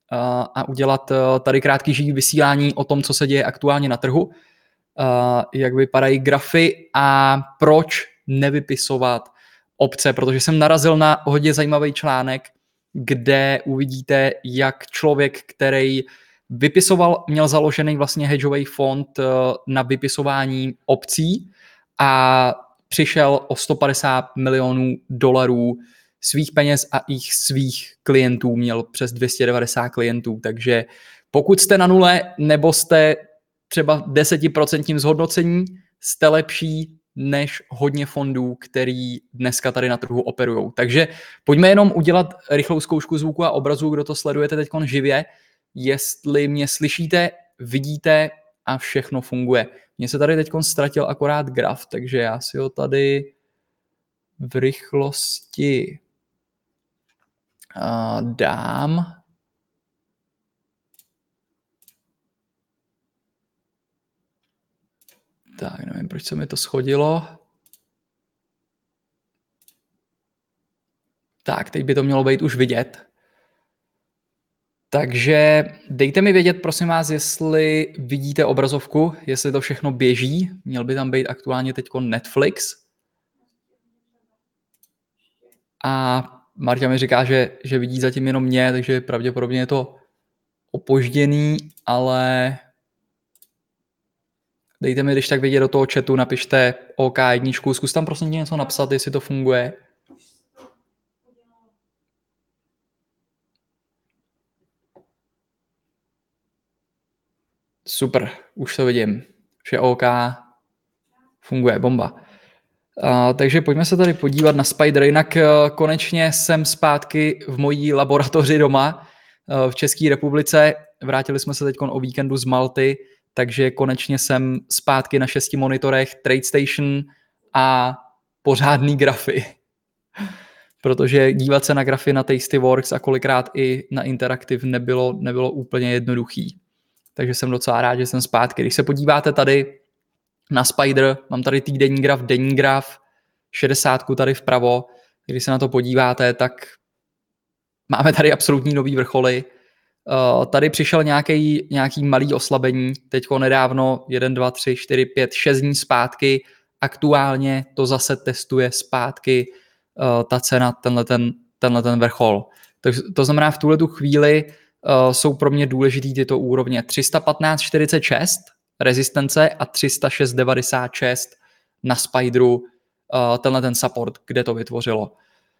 a udělat tady krátký živý vysílání o tom, co se děje aktuálně na trhu, jak vypadají grafy a proč nevypisovat opce, protože jsem narazil na hodně zajímavý článek, kde uvidíte, jak člověk, který vypisoval, měl založený vlastně hedžový fond na vypisování opcí a přišel o $150 milionů svých peněz a jich svých klientů, měl přes 290 klientů, takže pokud jste na nule nebo jste třeba 10% zhodnocení, jste lepší než hodně fondů, který dneska tady na trhu operujou. Takže pojďme jenom udělat rychlou zkoušku zvuku a obrazu, kdo to sledujete teď živě, jestli mě slyšíte, vidíte a všechno funguje. Mně se tady teď ztratil akorát graf, takže já si ho tady v rychlosti dám. Tak, nevím, proč se mi to shodilo. Tak, teď by to mělo být už vidět. Takže dejte mi vědět, prosím vás, jestli vidíte obrazovku, jestli to všechno běží. Měl by tam být aktuálně teď Netflix. A Marta mi říká, že vidí zatím jenom mě, takže pravděpodobně je to opožděný, ale dejte mi když tak vědět do toho chatu, napište OK1, zkus tam prosím něco napsat, jestli to funguje. Super, už to vidím, že OK, funguje, bomba. Takže pojďme se tady podívat na Spider, jinak konečně jsem zpátky v mojí laboratoři doma v České republice, vrátili jsme se teď o víkendu z Malty, takže konečně jsem zpátky na 6 monitorech, TradeStation a pořádný grafy. Protože dívat se na grafy na Tastyworks a kolikrát i na Interactive nebylo úplně jednoduchý. Takže jsem docela rád, že jsem zpátky. Když se podíváte tady na Spider, mám tady týdenní graf, denní graf, 60 tady vpravo. Když se na to podíváte, tak máme tady absolutní nový vrcholy. Tady přišel nějaký malý oslabení, teďko nedávno 1, 2, 3, 4, 5, 6 dní zpátky. Aktuálně to zase testuje zpátky ta cena, tenhle ten vrchol. To znamená, v tuhletu chvíli jsou pro mě důležitý tyto úrovně 315,46 rezistence a 306,96 na Spideru, tenhle ten support, kde to vytvořilo.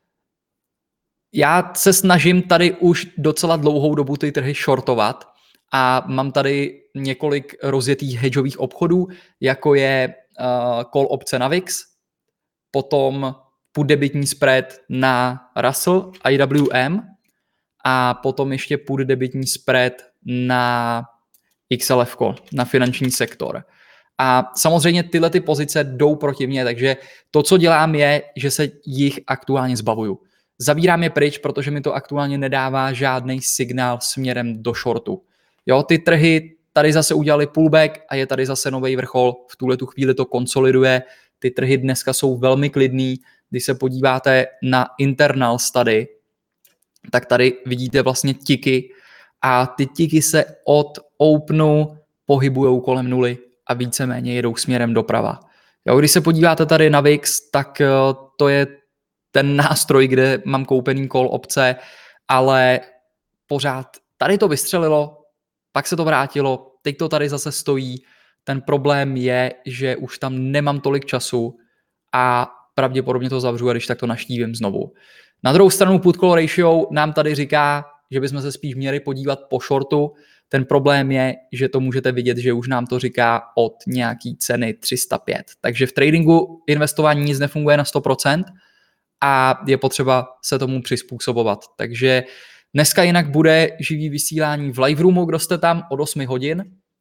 Já se snažím tady už docela dlouhou dobu ty trhy shortovat a mám tady několik rozjetých hedžových obchodů, jako je call opce na VIX, potom put debitní spread na Russell IWM a potom ještě put debitní spread na XLF, na finanční sektor. A samozřejmě tyhle ty pozice jdou proti mně, takže to, co dělám, je, že se jich aktuálně zbavuju. Zavírám je pryč, protože mi to aktuálně nedává žádný signál směrem do shortu. Jo, ty trhy tady zase udělali pullback a je tady zase nový vrchol. V tuhle tu chvíli to konsoliduje. Ty trhy dneska jsou velmi klidný. Když se podíváte na internal study, tak tady vidíte vlastně tiky a ty tiky se od openu pohybujou kolem nuly a víceméně jedou směrem doprava. Jo, když se podíváte tady na VIX, tak to je ten nástroj, kde mám koupený call opce, ale pořád tady to vystřelilo, pak se to vrátilo, teď to tady zase stojí. Ten problém je, že už tam nemám tolik času a pravděpodobně to zavřu a když tak to naštívím znovu. Na druhou stranu put call ratio nám tady říká, že bychom se spíš měli podívat po shortu. Ten problém je, že to můžete vidět, že už nám to říká od nějaký ceny 305. Takže v tradingu investování nic nefunguje na 100% a je potřeba se tomu přizpůsobovat. Takže dneska jinak bude živý vysílání v live roomu, kdo jste tam od 8 hodin.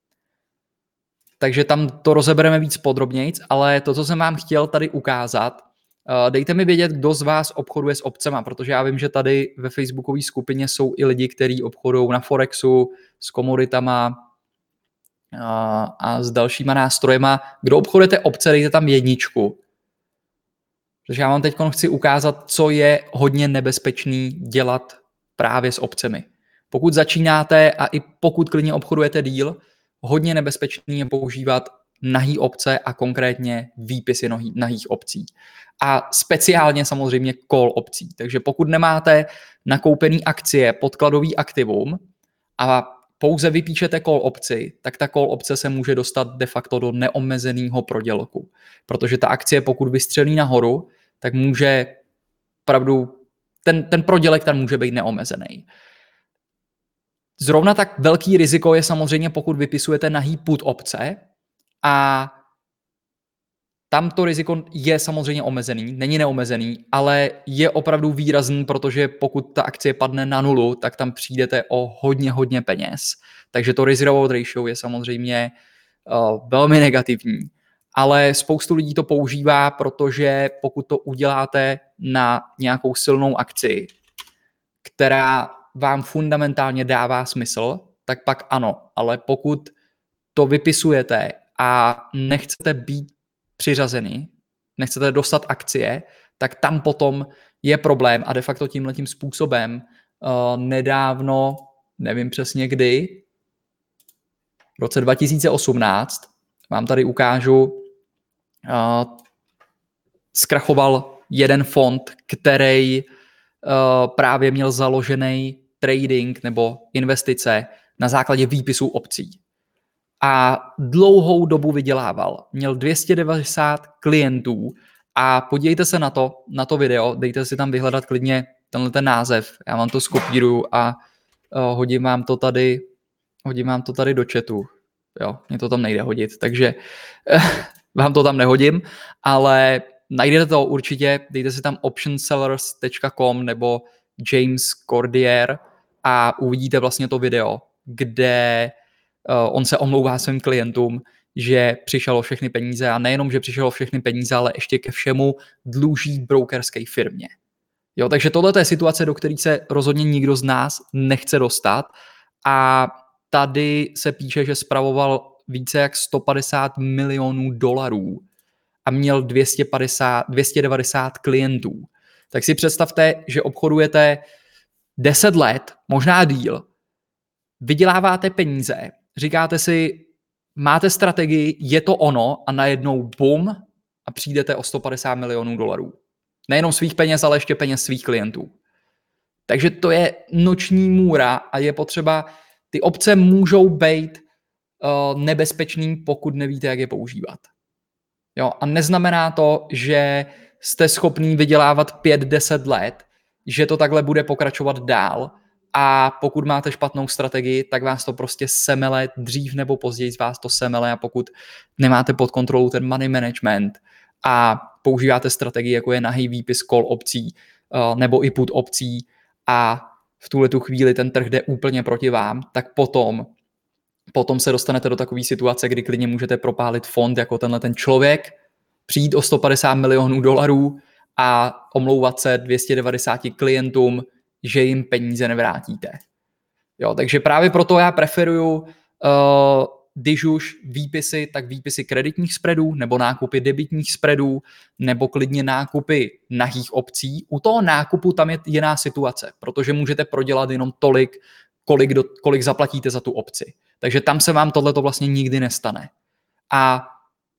Takže tam to rozebereme víc podrobnějc, ale to, co jsem vám chtěl tady ukázat, dejte mi vědět, kdo z vás obchoduje s opcema, protože já vím, že tady ve facebookové skupině jsou i lidi, kteří obchodují na Forexu, s komoditama a s dalšíma nástrojema. Kdo obchodujete opce, dejte tam 1. Takže já vám teď chci ukázat, co je hodně nebezpečný dělat právě s opcemi. Pokud začínáte a i pokud klidně obchodujete díl, hodně nebezpečný je používat nahý opce a konkrétně výpisy nahých opcí. A speciálně samozřejmě call opcí. Takže pokud nemáte nakoupený akcie, podkladový aktivum a pouze vypíšete call opci, tak ta call opce se může dostat de facto do neomezeného prodělku. Protože ta akcie, pokud vystřelí nahoru, tak může opravdu ten prodělek tam může být neomezený. Zrovna tak velký riziko je samozřejmě, pokud vypisujete nahý put opce a tam to riziko je samozřejmě omezený, není neomezený, ale je opravdu výrazný, protože pokud ta akcie padne na nulu, tak tam přijdete o hodně peněz. Takže to risk-reward ratio je samozřejmě velmi negativní. Ale spoustu lidí to používá, protože pokud to uděláte na nějakou silnou akci, která vám fundamentálně dává smysl, tak pak ano. Ale pokud to vypisujete a nechcete být přiřazený, nechcete dostat akcie, tak tam potom je problém a de facto tímhletím způsobem nedávno, nevím přesně kdy, v roce 2018, vám tady ukážu, zkrachoval jeden fond, který právě měl založený trading nebo investice na základě výpisů opcí. A dlouhou dobu vydělával. Měl 290 klientů a podívejte se na to video, dejte si tam vyhledat klidně tenhle ten název. Já vám to skopíruju a hodím vám to tady do chatu. Jo, mě to tam nejde hodit, takže vám to tam nehodím, ale najdete to určitě, dejte si tam optionsellers.com nebo James Cordier a uvidíte vlastně to video, kde on se omlouvá svým klientům, že přišel o všechny peníze a nejenom, že přišel o všechny peníze, ale ještě ke všemu dluží brokerské firmě. Jo, takže tohle je situace, do které se rozhodně nikdo z nás nechce dostat a tady se píše, že spravoval více jak 150 milionů dolarů a měl 290 klientů. Tak si představte, že obchodujete 10 let, možná díl, vyděláváte peníze, říkáte si, máte strategii, je to ono a najednou bum a přijdete o 150 milionů dolarů. Nejenom svých peněz, ale ještě peněz svých klientů. Takže to je noční můra a je potřeba, ty opce můžou být nebezpečný, pokud nevíte, jak je používat. Jo, a neznamená to, že jste schopný vydělávat 5-10 let, že to takhle bude pokračovat dál a pokud máte špatnou strategii, tak vás to prostě semele, dřív nebo později z vás to semele a pokud nemáte pod kontrolou ten money management a používáte strategii, jako je nahý výpis call opcí nebo i put opcí a v tuhletu chvíli ten trh jde úplně proti vám, tak potom se dostanete do takové situace, kdy klidně můžete propálit fond jako tenhle ten člověk, přijít o 150 milionů dolarů a omlouvat se 290 klientům, že jim peníze nevrátíte. Jo, takže právě proto já preferuju, když už výpisy, tak výpisy kreditních spreadů nebo nákupy debitních spreadů nebo klidně nákupy nahých opcí. U toho nákupu tam je jiná situace, protože můžete prodělat jenom tolik, kolik zaplatíte za tu opci. Takže tam se vám tohleto vlastně nikdy nestane. A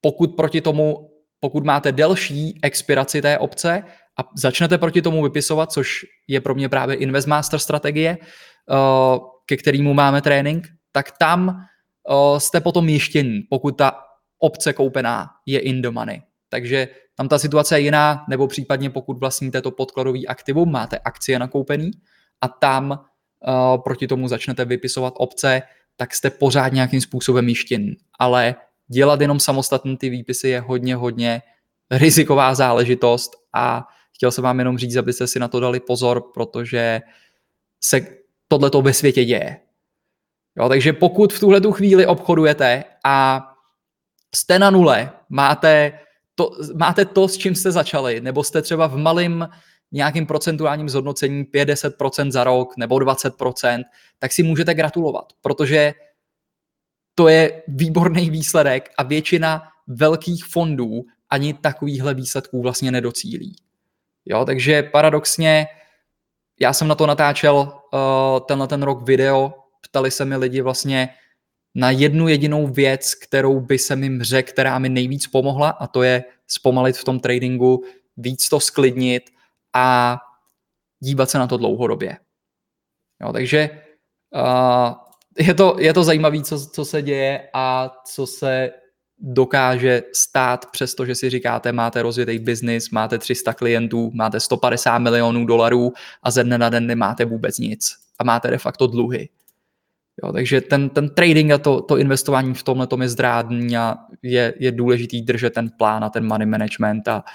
pokud máte delší expiraci té opce a začnete proti tomu vypisovat, což je pro mě právě InvestMaster strategie, ke kterému máme trénink, tak tam jste potom jištění, pokud ta opce koupená je in the money. Takže tam ta situace je jiná, nebo případně pokud vlastníte to podkladový aktivum, máte akcie nakoupený a tam proti tomu začnete vypisovat opce, tak jste pořád nějakým způsobem jištění. Ale dělat jenom samostatně ty výpisy je hodně riziková záležitost a chtěl jsem vám jenom říct, abyste si na to dali pozor, protože se tohleto ve světě děje. Jo, takže pokud v tuhletu chvíli obchodujete a jste na nule, máte to, s čím jste začali, nebo jste třeba v malém nějakým procentuálním zhodnocení 50% za rok nebo 20%, tak si můžete gratulovat, protože to je výborný výsledek a většina velkých fondů ani takovýchhle výsledků vlastně nedocílí. Jo, takže paradoxně Já jsem na to natáčel tenhle ten rok video, ptali se mi lidi vlastně na jednu jedinou věc, kterou by jsem jim řekl, která mi nejvíc pomohla, a to je zpomalit v tom tradingu, víc to sklidnit a dívat se na to dlouhodobě. Jo, takže je to zajímavé, co se děje a co se dokáže stát, přestože si říkáte, máte rozjetý biznis, máte 300 klientů, máte 150 milionů dolarů a ze dne na den nemáte vůbec nic a máte de facto dluhy. Jo, takže ten trading a to investování v tomhle je zdrádný a je důležitý držet ten plán a ten money management a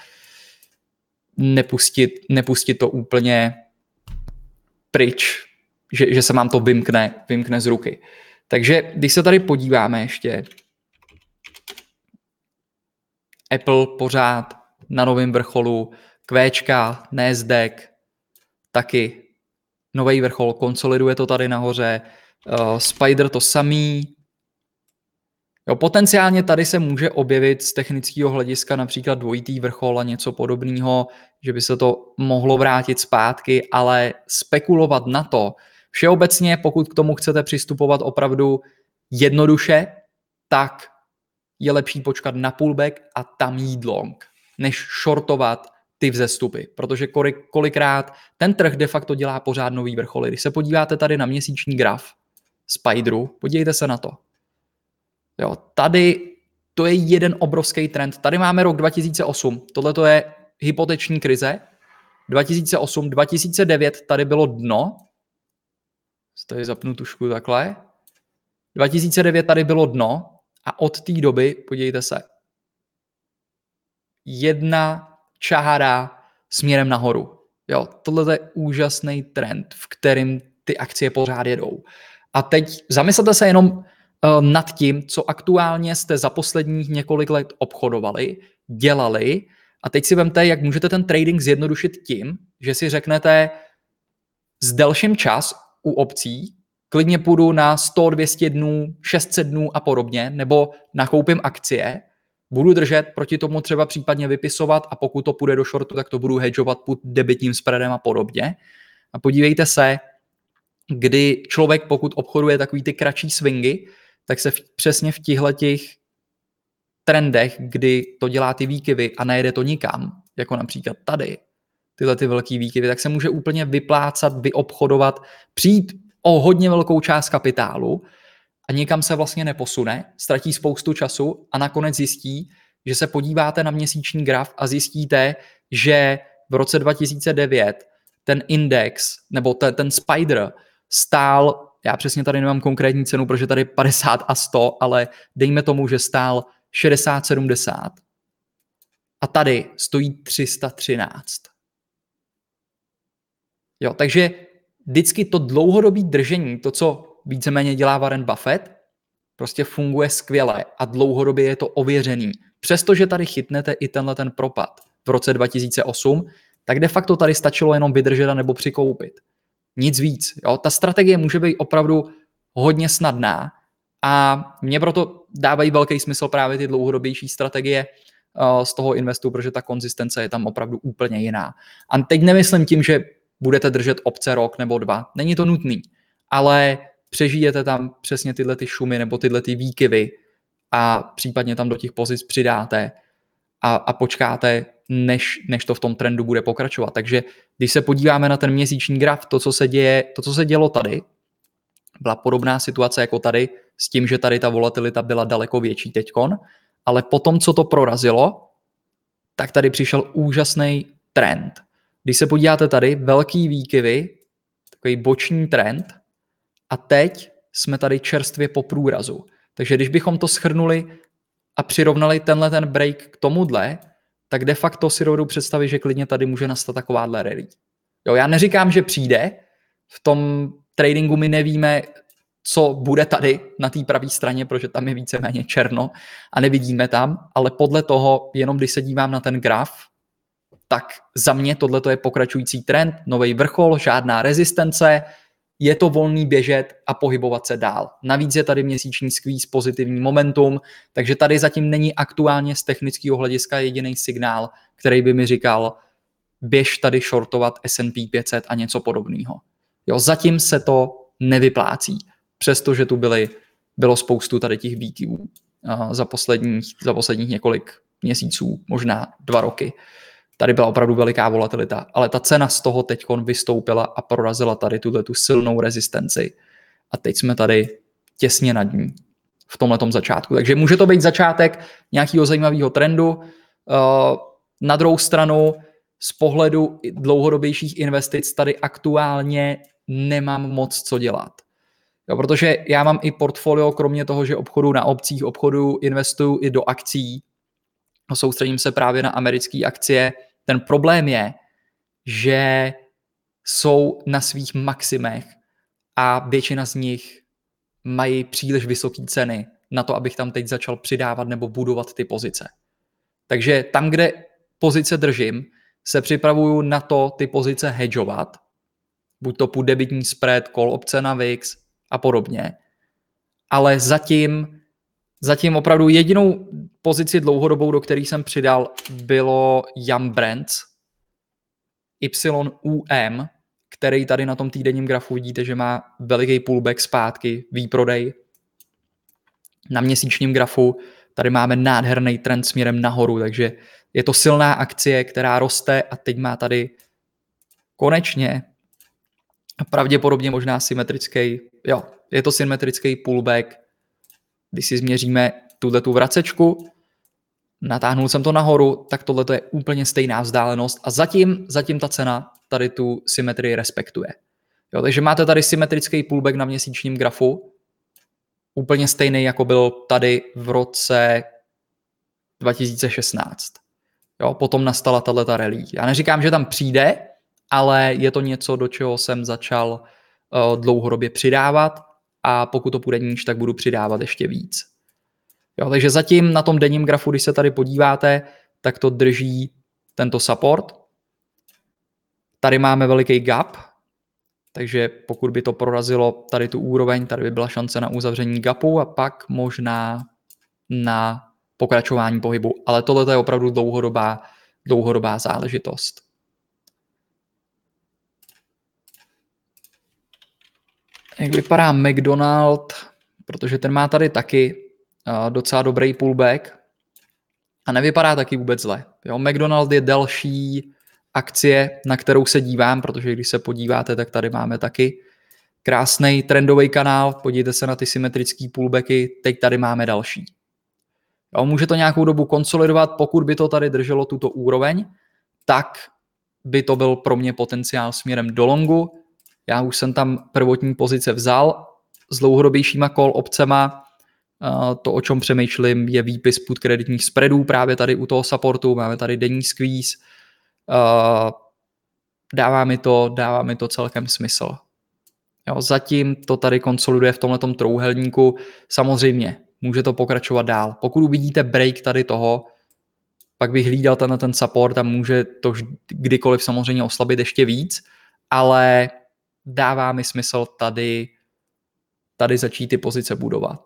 nepustit to úplně pryč, že se vám to vymkne z ruky. Takže když se tady podíváme ještě, Apple pořád na novém vrcholu, Qčka, Nasdaq, taky nový vrchol, konsoliduje to tady nahoře, Spider to samý. Jo, potenciálně tady se může objevit z technického hlediska například dvojitý vrchol a něco podobného, že by se to mohlo vrátit zpátky, ale spekulovat na to, všeobecně, pokud k tomu chcete přistupovat opravdu jednoduše, tak je lepší počkat na pullback a tam jít long, než shortovat ty vzestupy, protože kolikrát ten trh de facto dělá pořád nový vrcholy. Když se podíváte tady na měsíční graf Spideru, podívejte se na to. Jo, tady to je jeden obrovský trend. Tady máme rok 2008, tohle to je hypoteční krize. 2008, 2009 tady bylo dno. Tady zapnu tušku takhle. 2009 tady bylo dno a od té doby, podívejte se, jedna čára směrem nahoru. Jo, tohle je úžasný trend, v kterém ty akcie pořád jedou. A teď zamyslete se jenom nad tím, co aktuálně jste za posledních několik let obchodovali, dělali a teď si vemte, jak můžete ten trading zjednodušit tím, že si řeknete zdelším čas u opcí, klidně půjdu na 100, 200 dnů, 600 dnů a podobně, nebo nakoupím akcie, budu držet, proti tomu třeba případně vypisovat a pokud to půjde do shortu, tak to budu hedžovat pod debitním spreadem a podobně. A podívejte se, kdy člověk, pokud obchoduje takový ty kratší swingy, tak se přesně v těchto trendech, kdy to dělá ty výkyvy a nejede to nikam, jako například tady, tyhle ty velký výkyvy, tak se může úplně vyplácat, vyobchodovat, přijít o hodně velkou část kapitálu a nikam se vlastně neposune, ztratí spoustu času a nakonec zjistí, že se podíváte na měsíční graf a zjistíte, že v roce 2009 ten index nebo ten Spider stál, já přesně tady nemám konkrétní cenu, protože tady 50 a 100, ale dejme tomu, že stál 60-70 a tady stojí 313. Jo, takže vždycky to dlouhodobé držení, to, co víceméně dělá Warren Buffett, prostě funguje skvěle a dlouhodobě je to ověřený. Přestože tady chytnete i tenhle ten propad v roce 2008, tak de facto tady stačilo jenom vydržet a nebo přikoupit. Nic víc. Jo? Ta strategie může být opravdu hodně snadná a mě proto dávají velký smysl právě ty dlouhodobější strategie z toho investu, protože ta konzistence je tam opravdu úplně jiná. A teď nemyslím tím, že budete držet opce rok nebo dva. Není to nutný, ale přežijete tam přesně tyhle ty šumy nebo tyhle ty výkyvy a případně tam do těch pozic přidáte a počkáte, než to v tom trendu bude pokračovat. Takže když se podíváme na ten měsíční graf, to, co se dělo tady, byla podobná situace jako tady, s tím, že tady ta volatilita byla daleko větší teďkon, ale potom, co to prorazilo, tak tady přišel úžasný trend. Když se podíváte tady, velký výkyvy, takový boční trend a teď jsme tady čerstvě po průrazu. Takže když bychom to shrnuli a přirovnali tenhle ten break k tomuhle, tak de facto si dovedu představit, že klidně tady může nastat takováhle rally. Jo, já neříkám, že přijde, v tom tradingu my nevíme, co bude tady na té pravé straně, protože tam je víceméně černo a nevidíme tam, ale podle toho, jenom když se dívám na ten graf, tak za mě tohle je pokračující trend, nový vrchol, žádná rezistence, je to volný běžet a pohybovat se dál. Navíc je tady měsíční squeeze, pozitivní momentum, takže tady zatím není aktuálně z technického hlediska jediný signál, který by mi říkal, běž tady shortovat S&P 500 a něco podobného. Jo, zatím se to nevyplácí, přestože tu bylo spoustu tady těch výkyvů za posledních několik měsíců, možná 2 roky. Tady byla opravdu veliká volatilita, ale ta cena z toho teď vystoupila a prorazila tady tu silnou rezistenci. A teď jsme tady těsně nad ní v tomhletom začátku. Takže může to být začátek nějakého zajímavého trendu. Na druhou stranu z pohledu dlouhodobějších investic tady aktuálně nemám moc co dělat. Jo, protože já mám i portfolio, kromě toho, že obchodu na opcích, investuju i do akcí. Soustředím se právě na americké akcie. Ten problém je, že jsou na svých maximech a většina z nich mají příliš vysoké ceny na to, abych tam teď začal přidávat nebo budovat ty pozice. Takže tam, kde pozice držím, se připravuju na to ty pozice hedžovat, buď to put debitní spread, call opce na VIX a podobně. Ale zatím opravdu jedinou pozici dlouhodobou, do které jsem přidal, bylo Yum Brands, YUM, který tady na tom týdenním grafu vidíte, že má veliký pullback zpátky, výprodej. Na měsíčním grafu tady máme nádherný trend směrem nahoru, takže je to silná akcie, která roste a teď má tady konečně a pravděpodobně možná je to symetrický pullback. Když si změříme tu vracečku, natáhnul jsem to nahoru, tak tohle je úplně stejná vzdálenost a zatím ta cena tady tu symetrii respektuje. Jo, takže máte tady symetrický pullback na měsíčním grafu, úplně stejný, jako byl tady v roce 2016. Jo, potom nastala tato rally. Já neříkám, že tam přijde, ale je to něco, do čeho jsem začal dlouhodobě přidávat a pokud to půjde níž, tak budu přidávat ještě víc. Jo, takže zatím na tom denním grafu, když se tady podíváte, tak to drží tento support. Tady máme veliký gap, takže pokud by to prorazilo tady tu úroveň, tady by byla šance na uzavření gapu a pak možná na pokračování pohybu. Ale tohle je opravdu dlouhodobá záležitost. Jak vypadá McDonald, protože ten má tady taky docela dobrý pullback a nevypadá taky vůbec zle. Jo, McDonald je další akcie, na kterou se dívám, protože když se podíváte, tak tady máme taky krásný trendový kanál, podívejte se na ty symetrické pullbacky, teď tady máme další. Jo, může to nějakou dobu konsolidovat, pokud by to tady drželo tuto úroveň, tak by to byl pro mě potenciál směrem do longu. Já už jsem tam prvotní pozice vzal s dlouhodobějšíma call opcema. To, o čem přemýšlím, je výpis put kreditních spreadů právě tady u toho supportu. Máme tady denní squeeze. Dává mi to celkem smysl. Jo, zatím to tady konsoliduje v tomhletom trouhelníku. Samozřejmě může to pokračovat dál. Pokud uvidíte break tady toho, pak bych hlídal ten support a může to kdykoliv samozřejmě oslabit ještě víc, ale dává mi smysl tady začít ty pozice budovat.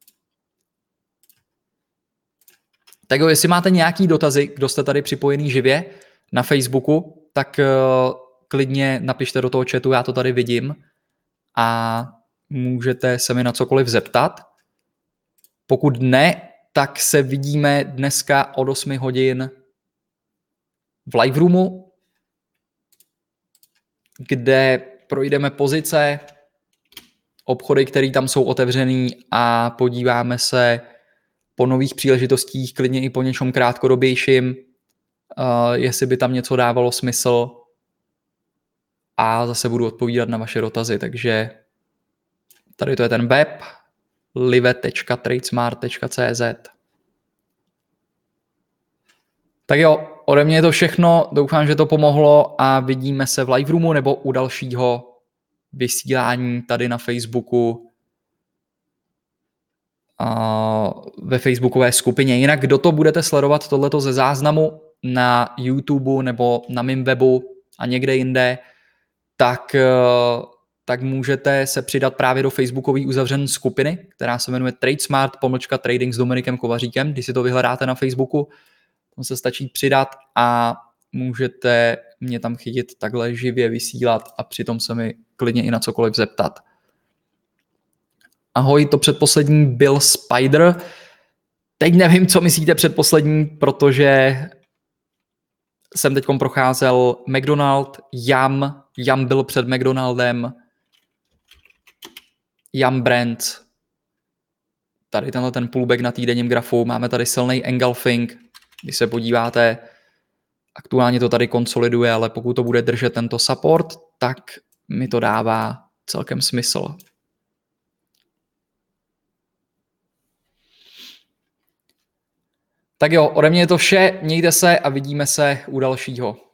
Tak jo, jestli máte nějaký dotazy, kdo jste tady připojený živě na Facebooku, tak klidně napište do toho chatu, já to tady vidím a můžete se mi na cokoliv zeptat. Pokud ne, tak se vidíme dneska od 8 hodin v live roomu, kde projdeme pozice, obchody, které tam jsou otevřený a podíváme se po nových příležitostích, klidně i po něčem krátkodobějším, jestli by tam něco dávalo smysl a zase budu odpovídat na vaše dotazy. Takže tady to je ten web live.tradesmart.cz. Tak jo, ode mě je to všechno, doufám, že to pomohlo a vidíme se v live roomu nebo u dalšího vysílání tady na Facebooku ve facebookové skupině. Jinak, kdo to budete sledovat tohleto ze záznamu na YouTube nebo na mém webu a někde jinde, tak můžete se přidat právě do facebookové uzavřené skupiny, která se jmenuje TradeSmart / Trading s Dominikem Kovaříkem. Když si to vyhledáte na Facebooku, tam se stačí přidat a můžete mě tam chytit takhle živě vysílat a přitom se mi klidně i na cokoliv zeptat. Ahoj, to předposlední byl Spider. Teď nevím, co myslíte předposlední, protože jsem teď procházel McDonald, Yum byl před McDonaldem, Yum Brands. Tady tenhle ten pullback na týdenním grafu, máme tady silný engulfing, když se podíváte, aktuálně to tady konsoliduje, ale pokud to bude držet tento support, tak mi to dává celkem smysl. Tak jo, ode mě je to vše, mějte se a vidíme se u dalšího.